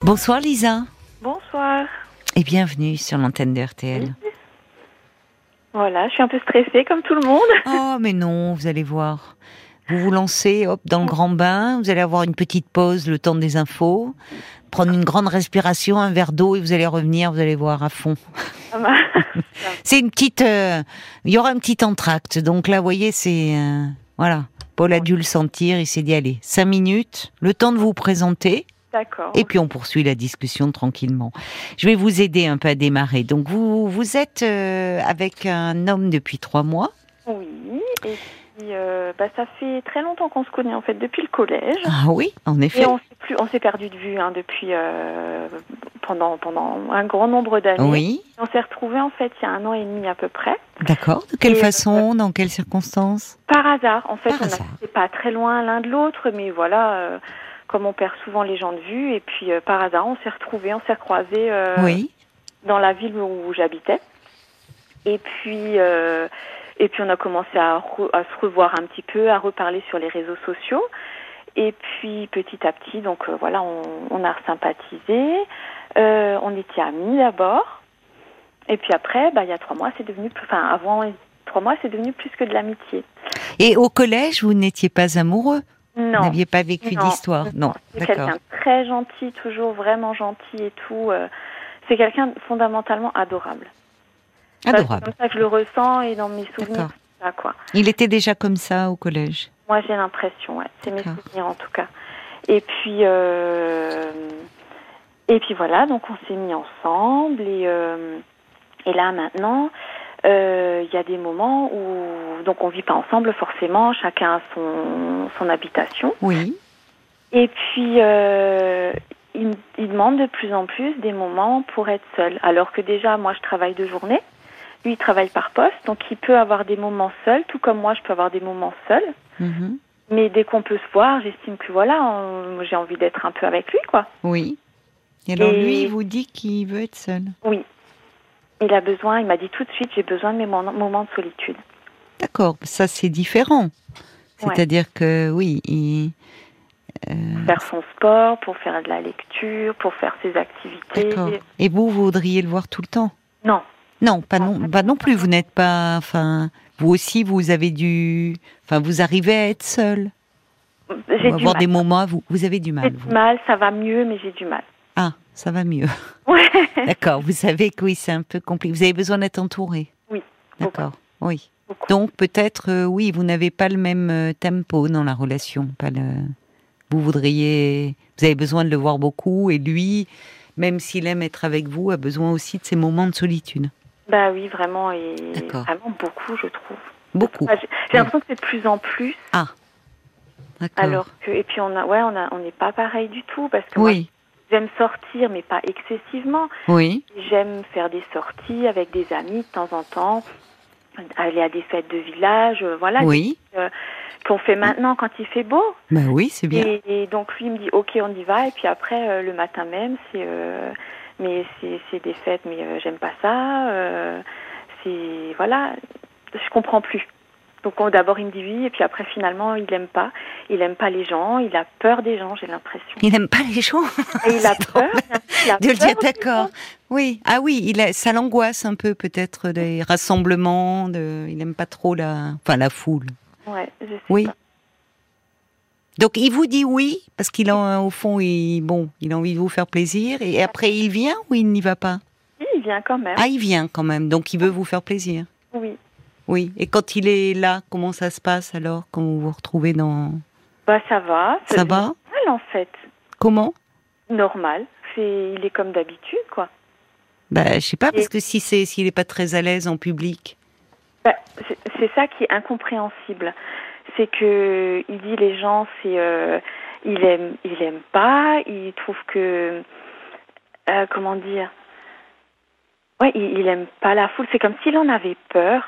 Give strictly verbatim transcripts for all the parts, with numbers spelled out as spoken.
Bonsoir Lisa. Bonsoir. Et bienvenue sur l'antenne de R T L. Oui. Voilà, je suis un peu stressée comme tout le monde. Oh mais non, vous allez voir. Vous vous lancez, hop, dans le grand bain, vous allez avoir une petite pause, le temps des infos, prendre une grande respiration, un verre d'eau et vous allez revenir, vous allez voir à fond. C'est une petite... Euh, il y aura un petit entracte, donc là, vous voyez, c'est... Euh, voilà, Paul a dû le sentir, il s'est dit, allez, cinq minutes, le temps de vous présenter. D'accord. Et puis on poursuit la discussion tranquillement. Je vais vous aider un peu à démarrer. Donc vous vous êtes euh, avec un homme depuis trois mois. Oui, et puis euh, bah, ça fait très longtemps qu'on se connaît en fait, depuis le collège. Ah oui, en effet. Et on s'est plus, on s'est perdu de vue hein, depuis euh, pendant pendant un grand nombre d'années. Oui. On s'est retrouvés en fait il y a un an et demi à peu près. D'accord. De quelle et, façon, euh, dans quelles circonstances? Par hasard. En fait, Par on hasard. n'était pas très loin l'un de l'autre, mais voilà. Euh, Comme on perd souvent les gens de vue, et puis euh, par hasard, on s'est retrouvés, on s'est recroisés euh, Oui. dans la ville où j'habitais. Et puis, euh, et puis on a commencé à, re, à se revoir un petit peu, à reparler sur les réseaux sociaux. Et puis petit à petit, donc euh, voilà, on, on a sympathisé. Euh, on était amis d'abord. Et puis après, bah il y a trois mois, c'est devenu, plus, enfin avant trois mois, c'est devenu plus que de l'amitié. Et au collège, vous n'étiez pas amoureux? Non. Vous n'aviez pas vécu non, d'histoire? Non, c'est d'accord. quelqu'un de très gentil, toujours vraiment gentil et tout. Euh, c'est quelqu'un de fondamentalement adorable. Adorable. Enfin, c'est comme ça que je le ressens et dans mes souvenirs. Ça, quoi. Il était déjà comme ça au collège? Moi, j'ai l'impression, ouais. C'est d'accord. mes souvenirs en tout cas. Et puis, euh, et puis voilà, donc on s'est mis ensemble et, euh, et là maintenant... Il euh, y a des moments où donc on vit pas ensemble forcément, chacun a son son habitation. Oui. Et puis euh, il, il demande de plus en plus des moments pour être seul. Alors que déjà moi je travaille de journée, lui il travaille par poste, donc il peut avoir des moments seuls, tout comme moi je peux avoir des moments seuls. Mm-hmm. Mais dès qu'on peut se voir, j'estime que voilà, on, j'ai envie d'être un peu avec lui, quoi. Oui. Et alors Et lui, il vous dit qu'il veut être seul? Oui. Il a besoin, il m'a dit tout de suite, j'ai besoin de mes moments de solitude. D'accord, ça c'est différent. C'est-à-dire ouais. que, oui, il... Euh... Pour faire son sport, pour faire de la lecture, pour faire ses activités. D'accord. Et vous, vous voudriez le voir tout le temps? Non. Non, pas non, pas non plus, vous n'êtes pas... Enfin, vous aussi, vous avez dû... Enfin, vous arrivez à être seul? J'ai du avoir mal. des moments, vous, vous avez du mal. J'ai vous. du mal, ça va mieux, mais j'ai du mal. Ah, ça va mieux. Ouais. D'accord, vous savez que oui, c'est un peu compliqué. Vous avez besoin d'être entouré. Oui. D'accord, beaucoup. oui. Beaucoup. Donc peut-être, euh, oui, vous n'avez pas le même euh, tempo dans la relation. Pas le... Vous voudriez... Vous avez besoin de le voir beaucoup et lui, même s'il aime être avec vous, a besoin aussi de ces moments de solitude. Bah oui, vraiment, et D'accord. vraiment beaucoup, je trouve. Beaucoup. J'ai, j'ai l'impression oui. que c'est de plus en plus. Ah. D'accord. Alors que, et puis on a, ouais, on a, on n'est pas pareil du tout parce que oui. moi, j'aime sortir, mais pas excessivement. Oui. J'aime faire des sorties avec des amis de temps en temps, aller à des fêtes de village, voilà. Oui. Euh, qu'on fait maintenant quand il fait beau. Ben oui, c'est bien. Et, et donc lui il me dit ok, on y va. Et puis après euh, le matin même, c'est euh, mais c'est, c'est des fêtes, mais euh, j'aime pas ça. Euh, c'est voilà, je comprends plus. Donc on, d'abord il me dit oui, et puis après finalement il aime pas. Il aime pas les gens, il a peur des gens, j'ai l'impression. Il n'aime pas les gens. Et il a peur. Il a de le peur dire, d'accord. Oui. Ah oui, il a, ça l'angoisse un peu peut-être des rassemblements. De, il n'aime pas trop la, enfin la foule. Ouais, je sais oui. pas. Donc il vous dit oui parce qu'il a au fond, il, bon, il a envie de vous faire plaisir et après il vient ou il n'y va pas? Oui, il vient quand même. Ah, il vient quand même. Donc il veut vous faire plaisir. Oui. Oui. Et quand il est là, comment ça se passe alors quand vous vous retrouvez dans? Bah ça va. Ça c'est va. Normal en fait. Comment? Normal. C'est, il est comme d'habitude quoi. Bah je sais pas et... parce que si c'est, s'il est pas très à l'aise en public. Bah, c'est, c'est ça qui est incompréhensible. C'est que il dit les gens, c'est euh, il aime, il aime pas. Il trouve que euh, comment dire. Ouais, il, il aime pas la foule. C'est comme s'il en avait peur.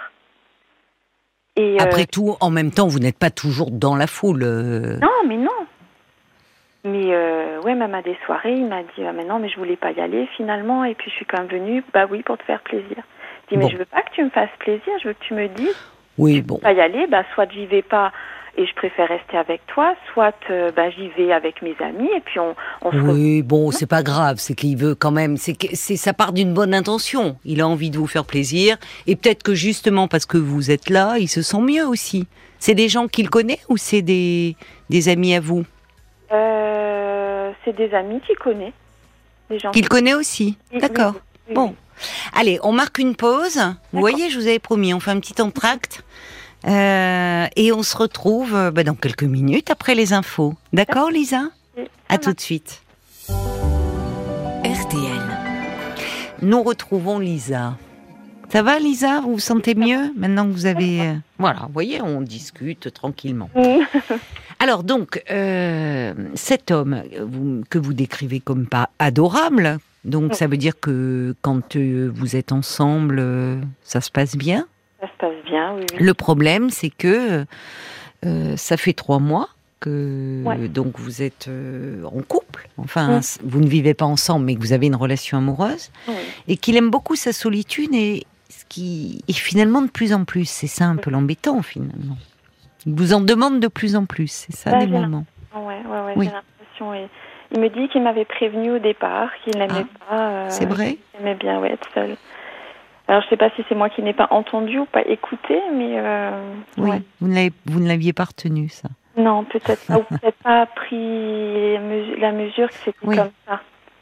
Et après euh, tout, en même temps, vous n'êtes pas toujours dans la foule. Euh... Non, mais non. Mais euh, ouais, même à des soirées, il m'a dit ah, mais non, mais je voulais pas y aller finalement, et puis je suis quand même venue. Bah oui, pour te faire plaisir. Je dis mais bon. Je veux pas que tu me fasses plaisir, je veux que tu me dises. Oui, tu bon. peux pas y aller, bah soit j'y vais pas et je préfère rester avec toi, soit euh, bah, j'y vais avec mes amis et puis on, on se Oui, bon, c'est pas grave, c'est qu'il veut quand même, c'est que c'est ça part d'une bonne intention. Il a envie de vous faire plaisir, et peut-être que justement parce que vous êtes là, il se sent mieux aussi. C'est des gens qu'il connaît ou c'est des des amis à vous? Euh, c'est des amis qu'il connaît, des gens Qu'il connaît aussi. Oui, D'accord. oui, oui, Bon, oui. allez, on marque une pause. Vous voyez, je vous avais promis, on fait un petit entracte. Euh, et on se retrouve euh, bah, dans quelques minutes après les infos. D'accord, Lisa? Oui, À ça tout marche. de suite. R T L. Nous retrouvons Lisa. Ça va, Lisa? Vous vous sentez mieux maintenant que vous avez... euh, Voilà, vous voyez, on discute tranquillement. Alors donc, euh, cet homme euh, vous- que vous décrivez comme pas adorable, donc ça veut dire que quand euh, vous êtes ensemble, euh, ça se passe bien? Ça se passe bien, oui, oui. Le problème, c'est que euh, ça fait trois mois que Ouais. donc vous êtes euh, en couple. Enfin, Mm. c- vous ne vivez pas ensemble, mais que vous avez une relation amoureuse, Oui. et qu'il aime beaucoup sa solitude et ce qui et finalement de plus en plus. C'est ça un peu l'embêtant finalement. Il vous en demande de plus en plus. C'est ça Bah, des j'ai moments. Ah ouais, ouais, ouais, Oui. j'ai l'impression. Et il me dit qu'il m'avait prévenu au départ, qu'il n'aimait Ah, pas. euh, c'est vrai? qu'il aimait bien ouais, être seul. Alors je sais pas si c'est moi qui n'ai pas entendu ou pas écouté, mais euh, Oui. ouais. Vous ne l'avez vous ne l'aviez pas retenu ça. Non, peut-être pas, ou peut-être pas pris les mesu- la mesure que c'était Oui. comme ça.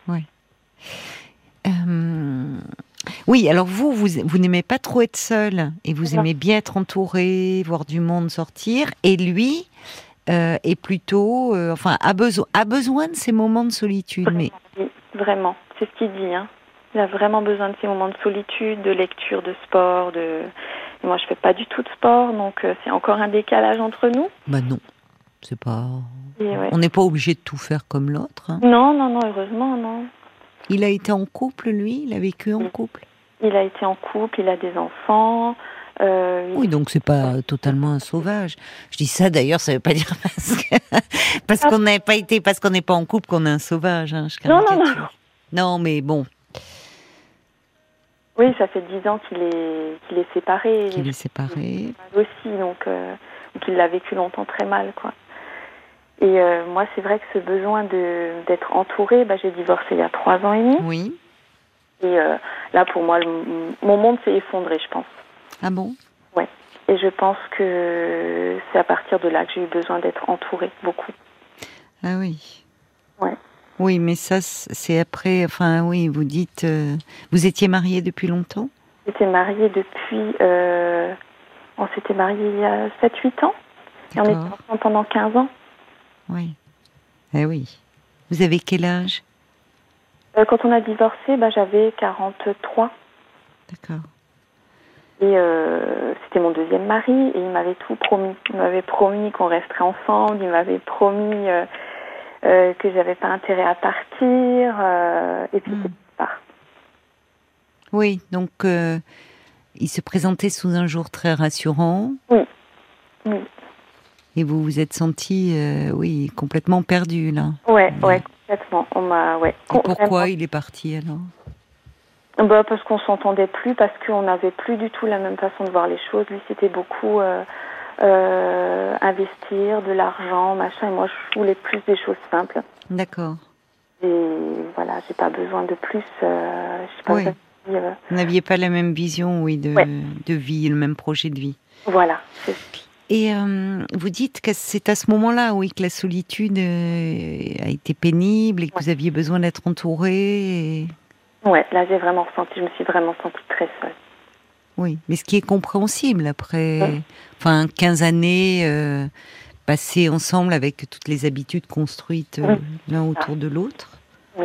Euh, Oui, alors vous, vous, vous n'aimez pas trop être seul et vous Non. aimez bien être entouré, voir du monde sortir. Et lui euh, est plutôt, euh, enfin, a besoin, a besoin de ces moments de solitude. Mais Oui, vraiment, c'est ce qu'il dit. Hein. Il a vraiment besoin de ces moments de solitude, de lecture, de sport. De... Et moi, je fais pas du tout de sport, donc euh, c'est encore un décalage entre nous. bah non, c'est pas. Et ouais. On n'est pas obligé de tout faire comme l'autre. Hein. Non, non, non, heureusement, non. Il a été en couple, lui. Il a vécu en Oui. couple. Il a été en couple, il a des enfants. Euh, il- Oui, donc c'est pas totalement un sauvage. Je dis ça d'ailleurs, ça veut pas dire parce que- parce Ah. qu'on n'a pas été, parce qu'on n'est pas en couple qu'on est un sauvage. Hein, je Non, non, caricature. non. Non, mais bon, Oui, ça fait dix ans qu'il est, qu'il est séparé. qu'il est séparé. Mal aussi, donc euh, qu'il l'a vécu longtemps très mal, quoi. Et euh, moi, c'est vrai que ce besoin de d'être entourée, bah, j'ai divorcé il y a trois ans et demi. Oui. Et euh, là, pour moi, le, mon monde s'est effondré, je pense. Ah bon? Et je pense que c'est à partir de là que j'ai eu besoin d'être entourée, beaucoup. Ah oui. Ouais. Oui, mais ça, c'est après. Enfin, oui, vous dites. euh, vous étiez mariée depuis longtemps? J'étais mariée depuis... Euh, on s'était mariés il y a sept huit ans. Et on était D'accord. ensemble pendant quinze ans. Oui. Eh oui. Vous avez quel âge? Euh, quand on a divorcé, bah, j'avais quarante-trois. D'accord. Et euh, c'était mon deuxième mari et il m'avait tout promis. Il m'avait promis qu'on resterait ensemble, il m'avait promis euh, euh, que j'avais pas intérêt à partir. Euh, et puis Mm. c'est pas. Oui, donc euh, il se présentait sous un jour très rassurant. Oui. Oui. Et vous vous êtes senti, euh, oui, complètement perdu là. Ouais, Oui. ouais, complètement. On m'a, ouais. Et pourquoi Vraiment. il est parti alors? Bah, parce qu'on s'entendait plus, parce qu'on n'avait plus du tout la même façon de voir les choses. Lui, c'était beaucoup euh, euh, investir de l'argent, machin. Et moi, je voulais plus des choses simples. D'accord. Et voilà, j'ai pas besoin de plus. Euh, je sais pas Oui. si, euh, Vous n'aviez pas la même vision, oui, de, Ouais. de vie, le même projet de vie. voilà. C'est- Et euh, vous dites que c'est à ce moment-là, oui, que la solitude euh, a été pénible et que Ouais. vous aviez besoin d'être entouré. Et... Ouais, là, j'ai vraiment ressenti, je me suis vraiment sentie très seule. Oui, mais ce qui est compréhensible après, Ouais. enfin, quinze années euh, passées ensemble avec toutes les habitudes construites euh, Ouais. l'un autour de l'autre. Oui,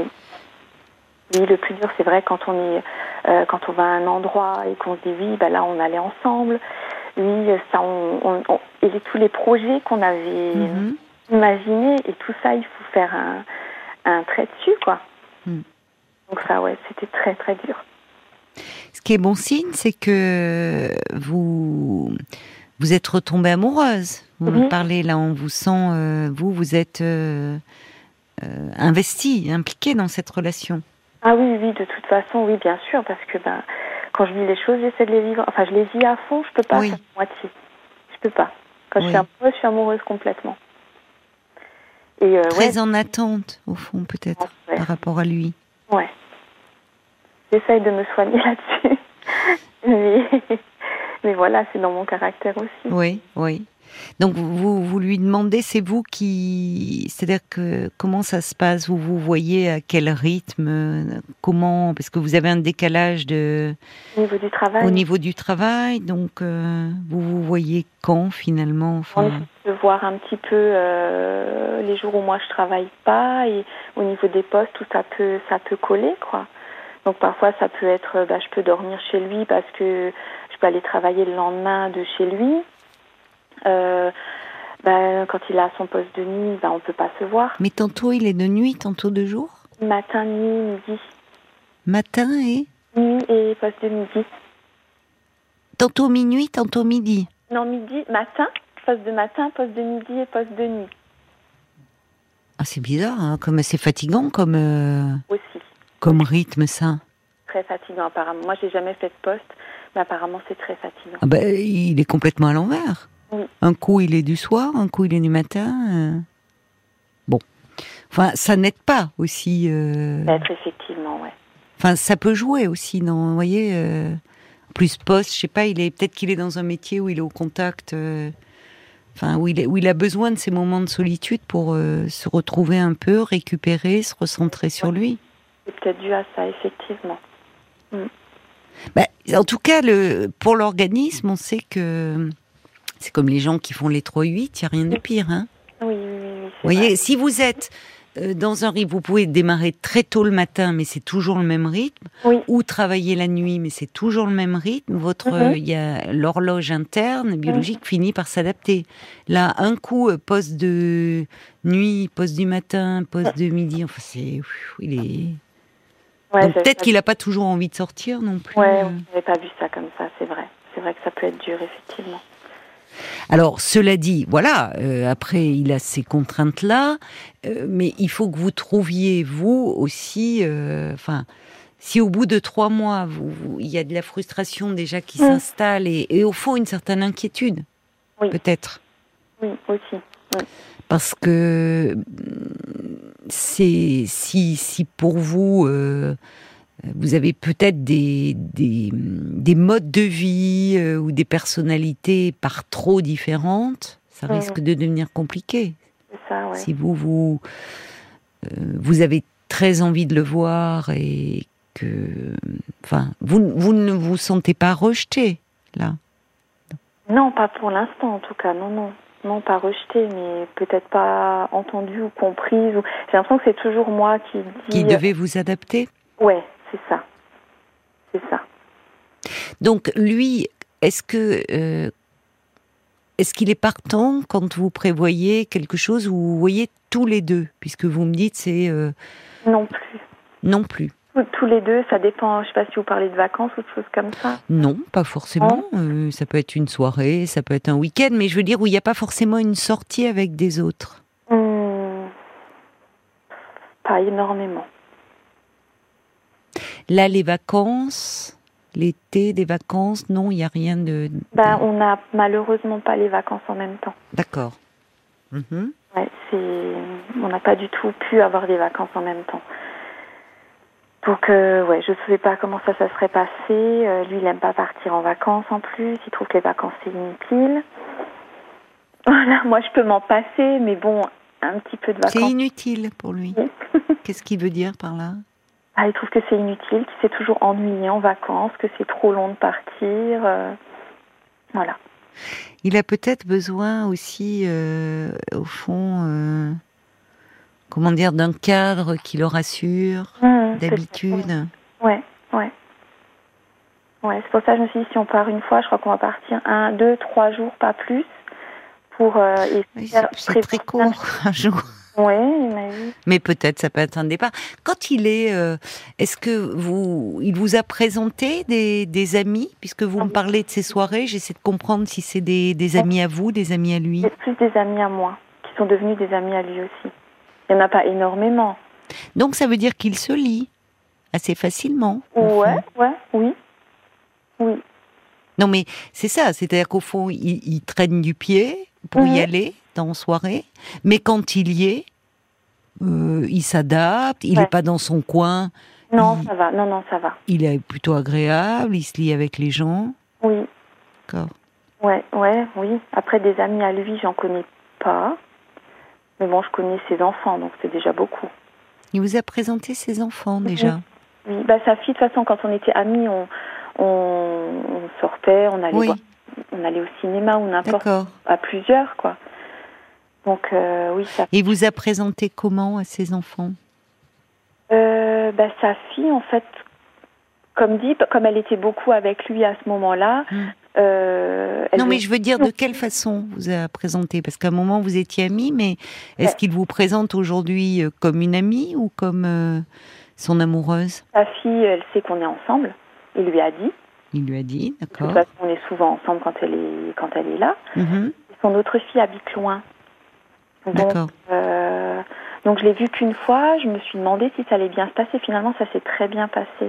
le plus dur, c'est vrai, quand on est, euh, quand on va à un endroit et qu'on se dit oui, bah là, on allait ensemble. Oui, ça, on, on, on- et les- tous les projets qu'on avait Mhm. imaginés et tout ça, il faut faire un, un trait dessus, quoi. Mm. Donc ça, ouais, c'était très, très dur. Ce qui est bon signe, c'est que vous vous êtes retombée amoureuse. Vous Mhm. me parlez là, on vous sent, euh, vous, vous êtes euh, euh, investie, impliquée dans cette relation. Ah oui, oui, de toute façon, oui, bien sûr, parce que ben, quand je vis les choses, j'essaie de les vivre. Enfin, je les vis à fond, je peux pas Oui. faire moitié. Je peux pas. Quand oui. je suis amoureuse, je suis amoureuse complètement. Et, euh, Très ouais, en attente, au fond, peut-être, ouais. par rapport à lui. Ouais. J'essaye de me soigner là-dessus. mais, mais voilà, c'est dans mon caractère aussi. Oui, oui. Donc vous, vous lui demandez, c'est vous qui, c'est-à-dire que comment ça se passe, vous vous voyez à quel rythme, comment, parce que vous avez un décalage de Au niveau du travail. au niveau du travail, donc euh, vous vous voyez quand finalement, On enfin. essaie de voir un petit peu euh, les jours où moi je travaille pas et au niveau des postes où ça peut ça peut coller quoi. Donc parfois ça peut être, bah, je peux dormir chez lui parce que je peux aller travailler le lendemain de chez lui. Euh, bah, quand il a son poste de nuit, bah, on peut pas se voir. Mais tantôt il est de nuit, tantôt de jour. Matin, nuit, midi. Matin et Nuit et poste de midi. tantôt minuit, tantôt midi. Non, midi, matin, poste de matin, poste de midi et poste de nuit. Ah, c'est bizarre, hein, comme c'est fatigant comme euh, Aussi. comme rythme ça. Très fatigant apparemment. Moi, j'ai jamais fait de poste, mais apparemment c'est très fatigant. Ah ben, il est complètement à l'envers. Oui. Un coup il est du soir, un coup il est du matin. euh. Bon, enfin ça n'aide pas aussi. euh. Peut-être effectivement, ouais. Enfin ça peut jouer aussi, non. Vous voyez, euh, plus poste, je sais pas, il est peut-être qu'il est dans un métier où il est au contact. euh, Enfin, où il, est, où il a besoin de ces moments de solitude pour euh, se retrouver un peu, récupérer, se recentrer sur lui. C'est peut-être dû à ça, effectivement. Mm. Ben, en tout cas, le, pour l'organisme, on sait que c'est comme les gens qui font les trois huit, il n'y a rien de pire. Hein. Oui, oui, oui, oui, Vous c'est voyez, vrai. si vous êtes euh, dans un rythme, vous pouvez démarrer très tôt le matin, mais c'est toujours le même rythme, Oui. ou travailler la nuit, mais c'est toujours le même rythme. Votre, Mhm. euh, il y a l'horloge interne biologique finit par s'adapter. Là, un coup, euh, poste de nuit, poste du matin, poste de midi. Enfin, c'est, pff, il est. Ouais, Donc j'avais peut-être pas qu'il vu- n'a pas toujours envie de sortir non plus. Ouais, euh. j'avais pas vu ça comme ça, c'est vrai. C'est vrai que ça peut être dur, effectivement. Alors, cela dit, voilà, euh, après, il a ces contraintes-là, euh, mais il faut que vous trouviez, vous aussi, euh, enfin, si au bout de trois mois, vous- vous- il y a de la frustration déjà qui Mm. s'installe et, et au fond, une certaine inquiétude, Oui. peut-être. Oui, aussi. Parce que hum, c'est si, si pour vous, euh, vous avez peut-être des, des, des modes de vie euh, ou des personnalités par trop différentes, ça Mhm. risque de devenir compliqué. C'est ça, ouais. Si vous, vous, euh, vous avez très envie de le voir et que, enfin, vous, vous ne vous sentez pas rejeté, là. Non, pas pour l'instant, en tout cas. Non, non. Non, pas rejeté, mais peut-être pas entendu ou comprise. Ou... J'ai l'impression que c'est toujours moi qui dis... Qui devait vous adapter. Ouais, c'est ça. C'est ça. Donc, lui, est-ce que, euh, est-ce qu'il est partant quand vous prévoyez quelque chose où vous voyez tous les deux, puisque vous me dites c'est euh, Non plus. non plus. Tous- Tous les deux, ça dépend. Je sais pas si vous parlez de vacances ou de choses comme ça. Non, pas forcément. Euh, ça peut être une soirée, ça peut être un week-end, mais je veux dire où il n'y a pas forcément une sortie avec des autres. Hmm. Pas énormément. Là, les vacances, l'été, des vacances, non, il n'y a rien de... de- Ben, on n'a malheureusement pas les vacances en même temps. D'accord. Mhm. Ouais, c'est... On n'a pas du tout pu avoir des vacances en même temps. Donc, euh, ouais, je ne savais pas comment ça, ça serait passé. Euh, lui, il n'aime pas partir en vacances en plus. Il trouve que les vacances, c'est inutile. Voilà, moi, je peux m'en passer, mais bon, un petit peu de C'est vacances. inutile pour lui. Qu'est-ce qu'il veut dire par là? Ah, il trouve que c'est inutile, qu'il s'est toujours ennuyé en vacances, que c'est trop long de partir. euh, Voilà. Il a peut-être besoin aussi, euh, au fond, euh, comment dire, d'un cadre qui le rassure, Mmh, c'est d'habitude. ça. Ouais, ouais. Ouais, c'est pour ça que je me suis dit, si on part une fois, je crois qu'on va partir un, deux, trois jours, pas plus, pour euh, essayer Oui, de c'est c'est très prévoir- court, un jour. Oui, mais oui. Mais peut-être ça peut être un départ. Quand il est, euh, est-ce que vous, il vous a présenté des, des amis, puisque vous me parlez de ces soirées, j'essaie de comprendre si c'est des, des amis à vous, des amis à lui. C'est plus des amis à moi, qui sont devenus des amis à lui aussi. Il n'y en a pas énormément. Donc ça veut dire qu'il se lie assez facilement. au Ouais, fond. ouais, oui. Oui. Non mais c'est ça, c'est-à-dire qu'au fond il, il traîne du pied, pour Mhm. y aller dans soirée, mais quand il y est, euh, il s'adapte, il n'est Ouais. pas dans son coin, Non, il, ça va. Non, non, ça va. il est plutôt agréable, il se lie avec les gens. Oui. D'accord. Ouais, ouais, oui. Après, des amis à lui, j'en connais pas. Mais bon, je connais ses enfants, donc c'est déjà beaucoup. Il vous a présenté ses enfants déjà. Oui, bah sa fille, de toute façon, quand on était amis, on, on, on sortait, on allait Oui. voir, on allait au cinéma ou n'importe, D'accord. à plusieurs, quoi. Donc euh, oui, ça. Et il vous a présenté comment à ses enfants? Euh, bah sa fille, en fait, comme dit, comme elle était beaucoup avec lui à ce moment-là. Hmm. Euh, elle Non, mais veut- je veux dire, de quelle façon vous a présenté? Parce qu'à un moment, vous étiez amis, mais est-ce Ouais. qu'il vous présente aujourd'hui euh, comme une amie ou comme euh, son amoureuse? Sa fille, elle sait qu'on est ensemble. Il lui a dit. Il lui a dit, De toute d'accord. façon, on est souvent ensemble quand elle est quand elle est là. Mhm. Son autre fille habite loin. Donc, D'accord. euh, donc je l'ai vu qu'une fois. Je me suis demandé si ça allait bien se passer. Finalement, ça s'est très bien passé.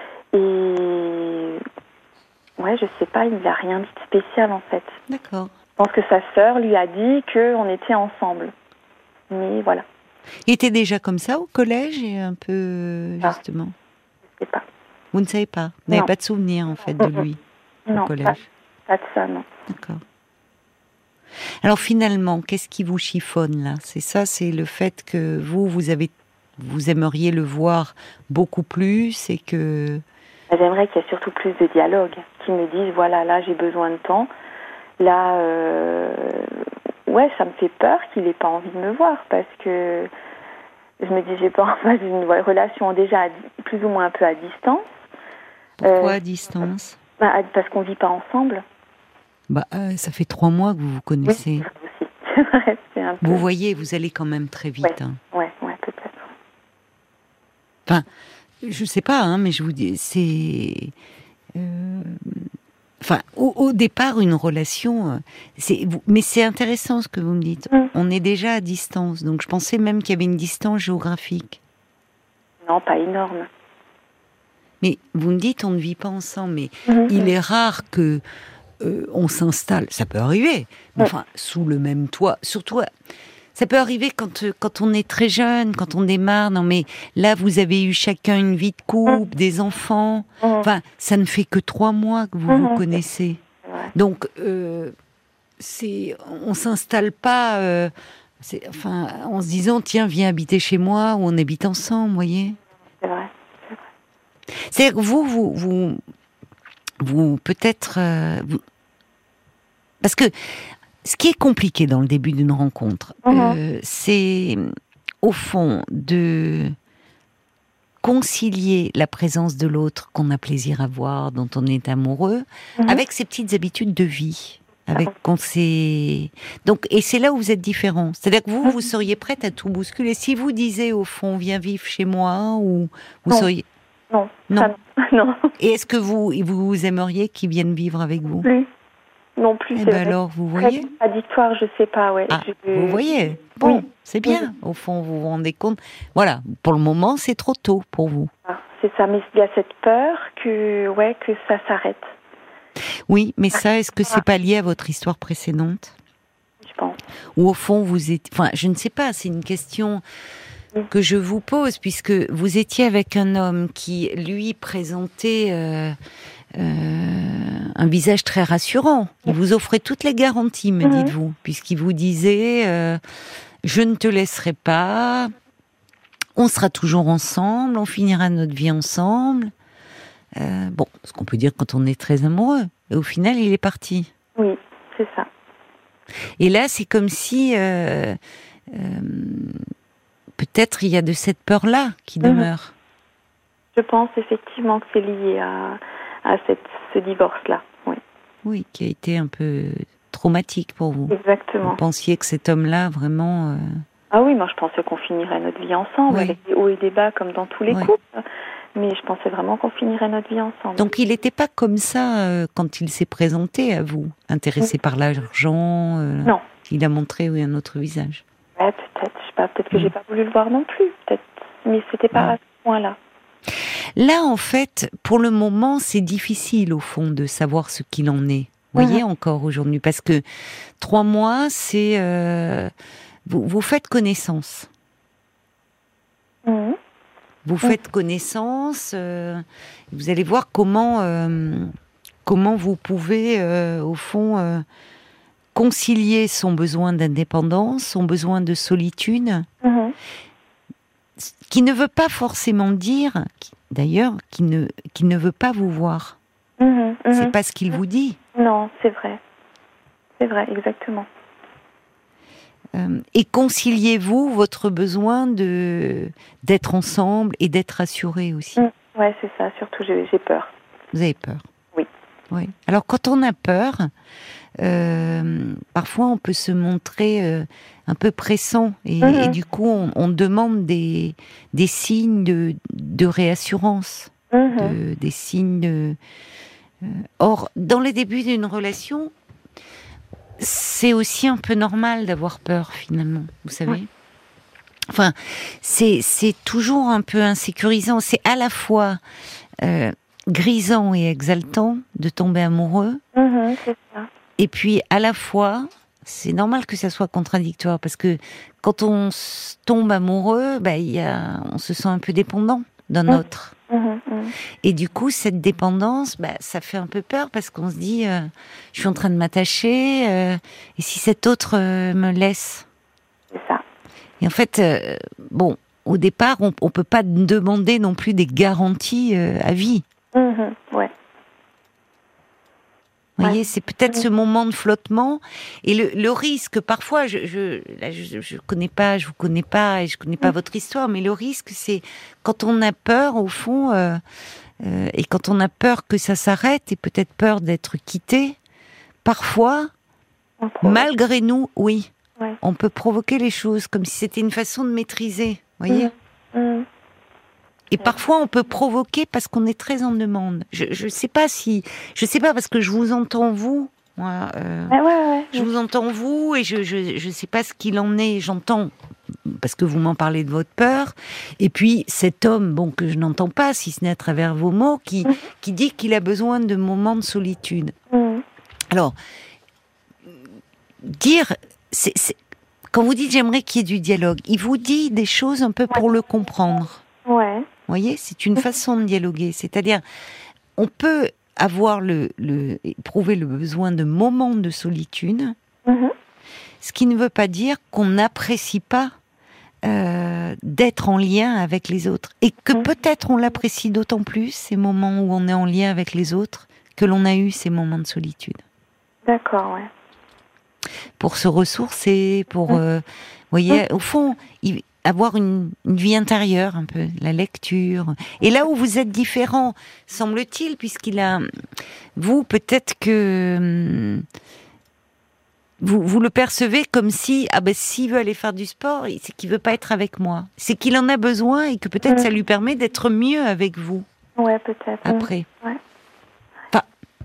Et ouais, je sais pas, il n'a rien dit de spécial en fait. D'accord. Je pense que sa sœur lui a dit qu'on était ensemble. Mais voilà, Il était déjà comme ça au collège et un peu, Ah. justement. je sais pas. Vous ne savez pas? Vous n'avez Non. pas de souvenir, en fait, de Mm, mm. lui au Non, collège? pas, pas de ça, non. D'accord. Alors finalement, qu'est-ce qui vous chiffonne là? C'est ça, c'est le fait que vous, vous avez, vous aimeriez le voir beaucoup plus et que... J'aimerais qu'il y ait surtout plus de dialogue, qui me disent voilà, là j'ai besoin de temps. Là, euh, ouais, ça me fait peur qu'il n'ait pas envie de me voir parce que je me dis j'ai pas en face d'une relation déjà à di- plus ou moins un peu à distance. Pourquoi Euh, à distance? Bah, à- parce qu'on vit pas ensemble. Bah, euh, ça fait trois mois que vous vous Oui, connaissez. c'est aussi. C'est vrai, c'est un peu. Vous voyez, vous allez quand même très vite. Ouais. Hein. Ouais, ouais, peut-être. Enfin, je sais pas, hein, mais je vous dis, c'est... euh, Enfin, au, au départ, une relation, euh, c'est, vous- mais c'est intéressant ce que vous me dites. Mm. On est déjà à distance, donc je pensais même qu'il y avait une distance géographique. Non, pas énorme. Mais vous me dites, on ne vit pas ensemble, mais Mhm. il est rare que euh, on s'installe. Ça peut arriver, mais Mm. enfin, sous le même toit. Surtout, euh, ça peut arriver quand euh, quand on est très jeune, quand on démarre. Non, mais là, vous avez eu chacun une vie de couple, des enfants. Mhm. Enfin, ça ne fait que trois mois que vous Mhm. vous connaissez. C'est vrai. Donc, euh, c'est, on s'installe pas, euh, c'est, enfin, en se disant tiens, viens habiter chez moi ou on habite ensemble, vous voyez. C'est vrai. C'est-à-dire que vous, vous, vous, vous peut-être, euh, vous- parce que ce qui est compliqué dans le début d'une rencontre, Mhm. euh, c'est au fond de concilier la présence de l'autre qu'on a plaisir à voir, dont on est amoureux, Mhm. avec ses petites habitudes de vie. Avec qu'on s'est... Donc, et c'est là où vous êtes différent. C'est-à-dire que vous, vous seriez prête à tout bousculer. Si vous disiez, au fond, viens vivre chez moi, ou vous Non. seriez... Non. Non. ça, non. Et est-ce que vous, vous aimeriez qu'ils viennent vivre avec vous? Plus. Non plus. Eh c'est ben vrai. alors, vous Très voyez? contradictoire, je sais pas, ouais. Ah, Je- vous voyez? Bon, Oui. c'est bien. Au fond, vous vous rendez compte. Voilà, pour le moment, c'est trop tôt pour vous. Ah, c'est ça, mais il y a cette peur que, ouais, que ça s'arrête, Oui, mais ça, est-ce que c'est pas lié à votre histoire précédente? je pense. Ou au fond, vous êtes... Enfin, je ne sais pas, c'est une question que je vous pose, puisque vous étiez avec un homme qui, lui, présentait euh, euh, un visage très rassurant. Il vous offrait toutes les garanties, me Mhm. dites-vous, puisqu'il vous disait euh, « Je ne te laisserai pas, on sera toujours ensemble, on finira notre vie ensemble. Euh, » Bon, ce qu'on peut dire quand on est très amoureux. Et au final, il est parti. Oui, c'est ça. Et là, c'est comme si... euh, euh, peut-être il y a de cette peur-là qui Mhm. demeure. Je pense effectivement que c'est lié à, à cette, ce divorce-là. Oui, Oui, qui a été un peu traumatique pour vous. exactement. Vous pensiez que cet homme-là, vraiment... euh, Ah oui, moi je pensais qu'on finirait notre vie ensemble, Oui. avec des hauts et des bas comme dans tous les Oui. couples. Mais je pensais vraiment qu'on finirait notre vie ensemble. Donc il n'était pas comme ça euh, quand il s'est présenté à vous, intéressé par l'argent. euh, Non. Il a montré oui, un autre visage. Ouais, peut-être, je sais pas, peut-être que Mm. j'ai pas voulu le voir non plus, peut-être. Mais c'était pas Mm. à ce point-là. Là, en fait, pour le moment, c'est difficile au fond de savoir ce qu'il en est. Vous voyez, Mhm. encore aujourd'hui, parce que trois mois, c'est euh, vous, vous faites connaissance. Mhm. Vous Mhm. faites connaissance. euh, vous allez voir comment euh, comment vous pouvez, euh, au fond, euh, concilier son besoin d'indépendance, son besoin de solitude, Mhm. qui ne veut pas forcément dire, qui- d'ailleurs, qui ne qui ne veut pas vous voir. Mhm. C'est Mhm. pas ce qu'il vous dit. Non, c'est vrai. C'est vrai, exactement. Euh, et conciliez-vous votre besoin de d'être ensemble et d'être rassuré aussi. Mhm. Ouais, c'est ça. Surtout, j'ai j'ai peur. Vous avez peur. Oui. Oui. Alors quand on a peur, euh, parfois on peut se montrer euh, un peu pressant et, et Mhm. du coup on, on demande des des signes de de réassurance, Mhm. de des signes de. euh, Or dans les débuts d'une relation, c'est aussi un peu normal d'avoir peur finalement. Vous Ouais. savez. Enfin, c'est c'est toujours un peu insécurisant. C'est à la fois euh, grisant et exaltant de tomber amoureux, Mhm. C'est ça. et puis à la fois, c'est normal que ça soit contradictoire parce que quand on s- tombe amoureux, bah, il y a, on se sent un peu dépendant d'un Mhm. autre. Mhm. Mhm. Et du coup, cette dépendance, bah, ça fait un peu peur parce qu'on se dit, euh, je suis en train de m'attacher, euh, et si cet autre euh, me laisse? C'est ça. Et en fait, euh, bon, au départ, on, on peut pas demander non plus des garanties euh, à vie. Mhm. Ouais. Vous Ouais. voyez, c'est peut-être Mhm. ce moment de flottement et le, le risque. Parfois, je, je, là, je, je connais pas, je vous connais pas et je connais pas Mhm. votre histoire, mais le risque, c'est quand on a peur, au fond, euh, euh, et quand on a peur que ça s'arrête et peut-être peur d'être quitté. Parfois, On provoque. malgré nous, oui, Ouais. on peut provoquer les choses comme si c'était une façon de maîtriser. Vous voyez. Mhm. Mhm. Et Ouais. parfois, on peut provoquer parce qu'on est très en demande. Je je sais pas si, je sais pas parce que je vous entends vous, moi, euh, Ouais, ouais, ouais. je vous entends vous et je je je sais pas ce qu'il en est. J'entends parce que vous m'en parlez de votre peur. Et puis cet homme, bon que je n'entends pas, si ce n'est à travers vos mots, qui Mhm. qui dit qu'il a besoin de moments de solitude. Mhm. Alors dire, c'est c'est- quand vous dites j'aimerais qu'il y ait du dialogue, il vous dit des choses un peu pour le comprendre. Ouais. Vous voyez, c'est une façon de dialoguer. C'est-à-dire, on peut avoir le, le éprouver le besoin de moments de solitude, Mhm. ce qui ne veut pas dire qu'on n'apprécie pas euh, d'être en lien avec les autres, et que Mhm. peut-être on l'apprécie d'autant plus ces moments où on est en lien avec les autres que l'on a eu ces moments de solitude. D'accord, ouais. Pour se ressourcer, pour, Mhm. euh, vous voyez, au fond, il- avoir une, une vie intérieure, un peu, la lecture. Et là où vous êtes différent, semble-t-il, puisqu'il a, vous, peut-être que hum, vous, vous le percevez comme si, ah ben, s'il veut aller faire du sport, c'est qu'il veut pas être avec moi. C'est qu'il en a besoin et que peut-être ça Mhm. lui permet d'être mieux avec vous Ouais, peut-être. Mhm. après. Ouais. Enfin,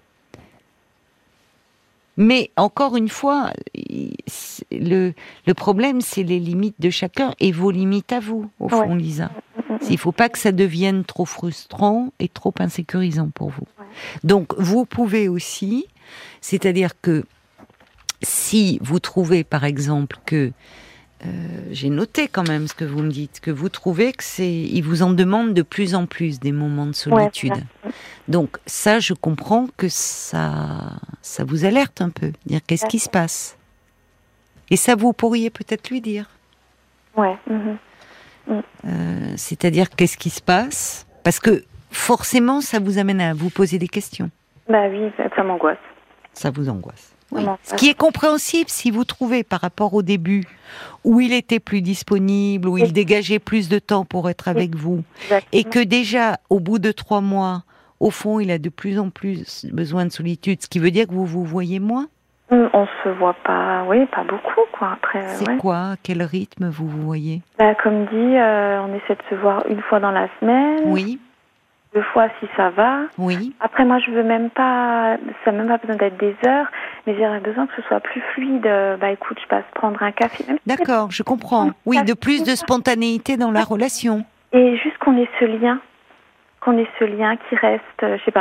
mais encore une fois, il- c'est- le, le problème, c'est les limites de chacun et vos limites à vous, au fond, Ouais. Lisa. Mhm. Il ne faut pas que ça devienne trop frustrant et trop insécurisant pour vous. Ouais. Donc, vous pouvez aussi, c'est-à-dire que si vous trouvez, par exemple, que euh, j'ai noté quand même ce que vous me dites, que vous trouvez que c'est, ils vous en demandent de plus en plus des moments de Ouais, solitude. voilà. Donc ça, je comprends que ça, ça vous alerte un peu, dire qu'est-ce qui se passe. Et ça, vous pourriez peut-être lui dire. Ouais. Mhm. Euh, c'est-à-dire qu'est-ce qui se passe, parce que forcément, ça vous amène à vous poser des questions. Bah oui, ça, ça m'angoisse. Ça vous angoisse. Ça Oui. m'angoisse. Ce qui est compréhensible si vous trouvez par rapport au début où il était plus disponible, où il Oui. dégageait plus de temps pour être avec vous, Exactement. et que déjà au bout de trois mois, au fond, il a de plus en plus besoin de solitude, ce qui veut dire que vous vous voyez moins. Hum, On se voit pas, oui, pas beaucoup, quoi. Après, euh, C'est ouais. quoi, à quel rythme vous vous voyez? Bah, comme dit, euh, on essaie de se voir une fois dans la semaine, Oui, deux fois si ça va. oui. Après, moi, je veux même pas, ça n'a même pas besoin d'être des heures, mais j'aurais besoin que ce soit plus fluide. Euh, Bah, écoute, je passe prendre un café. Même si c'est- D'accord, je comprends. Oui, de plus de spontanéité dans la relation. Et juste qu'on ait ce lien, qu'on ait ce lien qui reste, euh, je sais pas.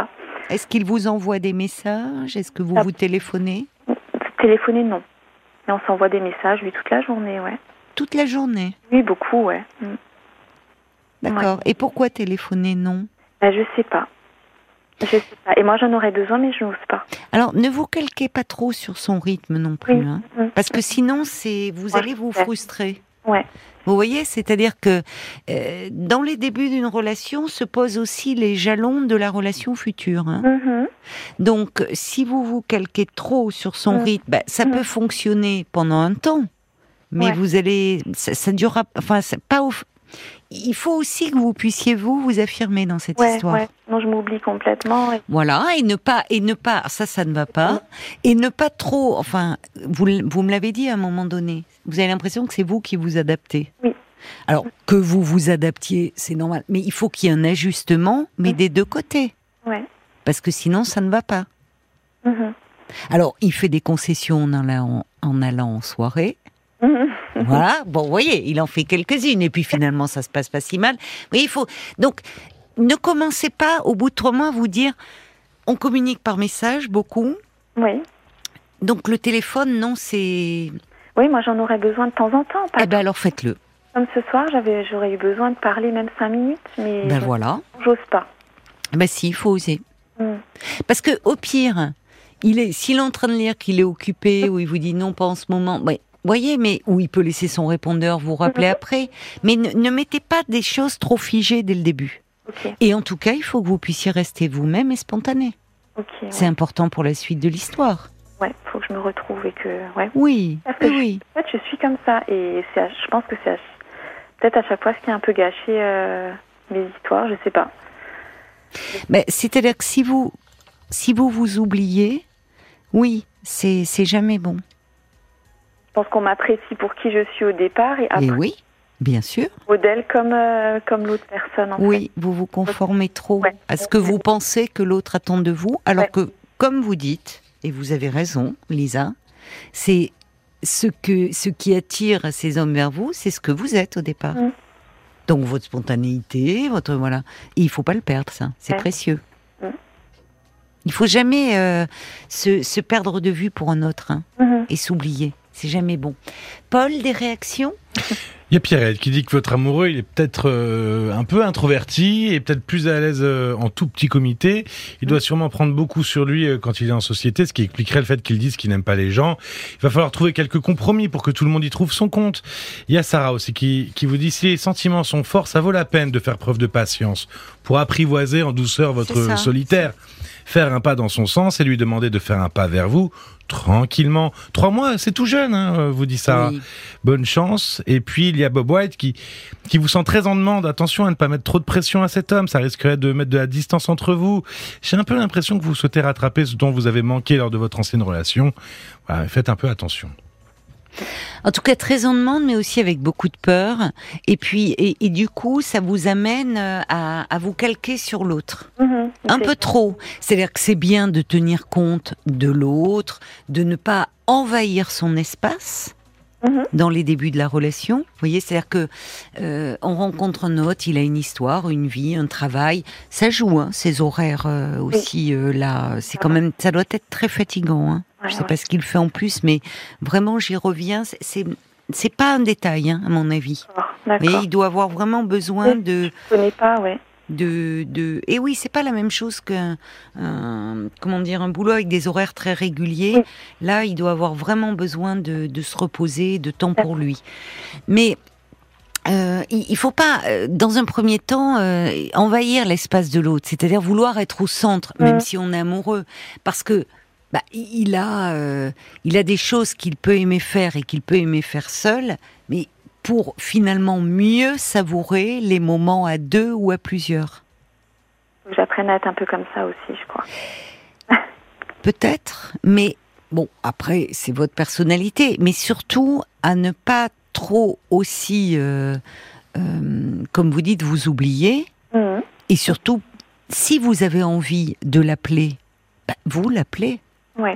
Est-ce qu'il vous envoie des messages? Est-ce que vous Ah. vous téléphonez? Téléphoner, non. Mais on s'envoie des messages, oui, toute la journée, ouais. Toute la journée? Oui, beaucoup, ouais. Mm. D'accord. Ouais. Et pourquoi téléphoner, non? Ben, je sais pas. Je sais pas. Et moi, j'en aurais besoin, mais je n'ose pas. Alors, ne vous calquez pas trop sur son rythme non plus, Oui. hein, Mm. parce que sinon, c'est vous Moi, allez je vous sais. frustrer. Ouais. Vous voyez, c'est-à-dire que euh, dans les débuts d'une relation se posent aussi les jalons de la relation future. Hein. Mhm. Donc, si vous vous calquez trop sur son Mm. rythme, bah, ça Mm. peut fonctionner pendant un temps, mais Ouais. vous allez, ça, ça durera, enfin, c'est pas au, il faut aussi que vous puissiez vous vous affirmer dans cette Ouais, histoire. ouais. Non, je m'oublie complètement. Et... Voilà, et ne pas, et ne pas, ça, ça ne va pas, et ne pas trop, enfin, vous, vous me l'avez dit à un moment donné, vous avez l'impression que c'est vous qui vous adaptez. Oui. Alors, que vous vous adaptiez, c'est normal, mais il faut qu'il y ait un ajustement, mais Mm. des deux côtés, Ouais. parce que sinon, ça ne va pas. Mhm. Alors, il fait des concessions en allant en, allant en soirée, Mhm. voilà, bon, vous voyez, il en fait quelques-unes, et puis finalement, ça se passe pas si mal. Oui, il faut, donc, ne commencez pas, au bout de trois mois, à vous dire, on communique par message, beaucoup, Oui. donc le téléphone, non, c'est... Oui, moi, j'en aurais besoin de temps en temps. Pas Eh ben alors, faites-le. Comme ce soir, j'avais, j'aurais eu besoin de parler même cinq minutes, mais Ben je- voilà. j'ose pas. Ben si, il faut oser. Mm. Parce que au pire, il est, s'il est en train de lire qu'il est occupé, ou il vous dit non, pas en ce moment, ouais, voyez, mais ou il peut laisser son répondeur vous rappeler après. Mais ne, ne mettez pas des choses trop figées dès le début. Ok, Et en tout cas, il faut que vous puissiez rester vous-même et spontané. ok. Ouais. C'est important pour la suite de l'histoire. Ouais, faut que je me retrouve et que, ouais. Oui, Parce que oui, je- oui. En fait, je suis comme ça et c'est, à- je pense que c'est à- peut-être à chaque fois ce qui a un peu gâché euh, mes histoires, je sais pas. Mais c'est-à-dire que si vous, si vous vous oubliez, oui, c'est, c'est jamais bon. Je pense qu'on m'apprécie pour qui je suis au départ et après Et oui, bien sûr. modèle comme euh, comme l'autre personne. En Oui, vous vous conformez trop Ouais. à ce que vous pensez que l'autre attend de vous, alors Ouais. que, comme vous dites, et vous avez raison, Lisa, c'est ce que ce qui attire ces hommes vers vous, c'est ce que vous êtes au départ. Mm. Donc votre spontanéité, votre voilà, et il faut pas le perdre, ça, c'est Ouais. précieux. Mm. Il faut jamais euh, se, se perdre de vue pour un autre hein, fait. Mhm. et s'oublier. C'est jamais bon. Paul, des réactions? Il y a Pierrette qui dit que votre amoureux, il est peut-être euh, un peu introverti et peut-être plus à l'aise euh, en tout petit comité. Il doit sûrement prendre beaucoup sur lui euh, quand il est en société, ce qui expliquerait le fait qu'il dise qu'il n'aime pas les gens. Il va falloir trouver quelques compromis pour que tout le monde y trouve son compte. Il y a Sarah aussi qui, qui vous dit si les sentiments sont forts, ça vaut la peine de faire preuve de patience pour apprivoiser en douceur C'est votre ça. solitaire. Faire un pas dans son sens et lui demander de faire un pas vers vous, tranquillement. Trois mois, c'est tout jeune, hein, vous dit Sarah. Oui. Bonne chance. Et puis, il y a Bob White qui, qui vous sent très en demande. Attention à ne pas mettre trop de pression à cet homme. Ça risquerait de mettre de la distance entre vous. J'ai un peu l'impression que vous souhaitez rattraper ce dont vous avez manqué lors de votre ancienne relation. Voilà, faites un peu attention. En tout cas, très en demande, mais aussi avec beaucoup de peur. Et puis, et, et du coup, ça vous amène euh, à, à vous calquer sur l'autre. Mhm. Un C'est- peu trop. C'est-à-dire que c'est bien de tenir compte de l'autre, de ne pas envahir son espace Mhm. dans les débuts de la relation. Vous voyez, c'est-à-dire que euh, on rencontre un autre, il a une histoire, une vie, un travail. Ça joue, hein, ces horaires euh, aussi euh, là. C'est quand même, ça doit être très fatigant. Hein. Ouais, Je sais ouais. pas ce qu'il fait en plus, mais vraiment, j'y reviens. C'est- C'est c'est pas un détail, hein, à mon avis. D'accord. Mais D'accord. il doit avoir vraiment besoin Oui. de Je connais pas, ouais. de, de... Et oui, c'est pas la même chose qu'un un- comment dire, un boulot avec des horaires très réguliers. Oui. Là, il doit avoir vraiment besoin de, de se reposer, de temps pour lui. Mais euh, il, il faut pas, euh, dans un premier temps, euh, envahir l'espace de l'autre, c'est-à-dire vouloir être au centre, même Mhm. si on est amoureux, parce que bah, il a, euh, il a des choses qu'il peut aimer faire et qu'il peut aimer faire seul, mais pour finalement mieux savourer les moments à deux ou à plusieurs. Faut que j'apprenne à être un peu comme ça aussi, je crois. Peut-être, mais bon, après, c'est votre personnalité, mais surtout à ne pas trop aussi, euh, euh, comme vous dites, vous oublier, Mhm. et surtout, si vous avez envie de l'appeler, bah, vous l'appelez. Ouais.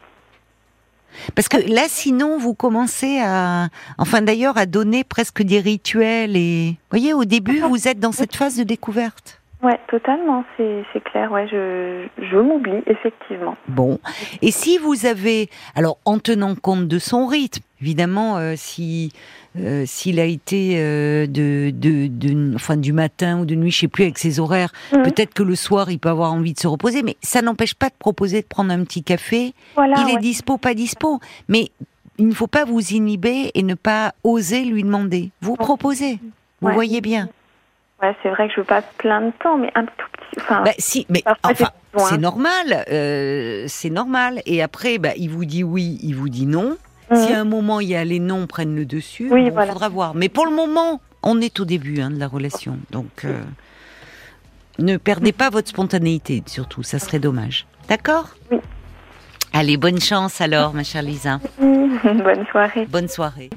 Parce que là, sinon, vous commencez à, enfin d'ailleurs, à donner presque des rituels et, vous voyez, au début, vous êtes dans cette phase de découverte. Ouais, totalement, c'est, c'est clair. Ouais, je, je m'oublie, effectivement. Bon. Et si vous avez, alors en tenant compte de son rythme, évidemment, euh, si euh, s'il a été euh, de, de, de, enfin du matin ou de nuit, je sais plus avec ses horaires, Mmh. peut-être que le soir il peut avoir envie de se reposer, mais ça n'empêche pas de proposer de prendre un petit café. Voilà, il est ouais. dispo, pas dispo, mais il ne faut pas vous inhiber et ne pas oser lui demander. Vous Ouais. proposez, vous Ouais. voyez bien. Ouais, c'est vrai que je passe plein de temps, mais un tout petit. Enfin, Bah, si, mais parfois, enfin, j'ai besoin. c'est normal, euh, c'est normal. Et après, bah, il vous dit oui, il vous dit non. Mhm. Si à un moment il y a les non prennent le dessus, Oui, bon, voilà. faudra voir. Mais pour le moment, on est au début hein, de la relation, donc euh, ne perdez pas votre spontanéité, surtout, ça serait dommage. D'accord ? Oui. Allez, bonne chance alors, ma chère Lisa. Bonne soirée. Bonne soirée.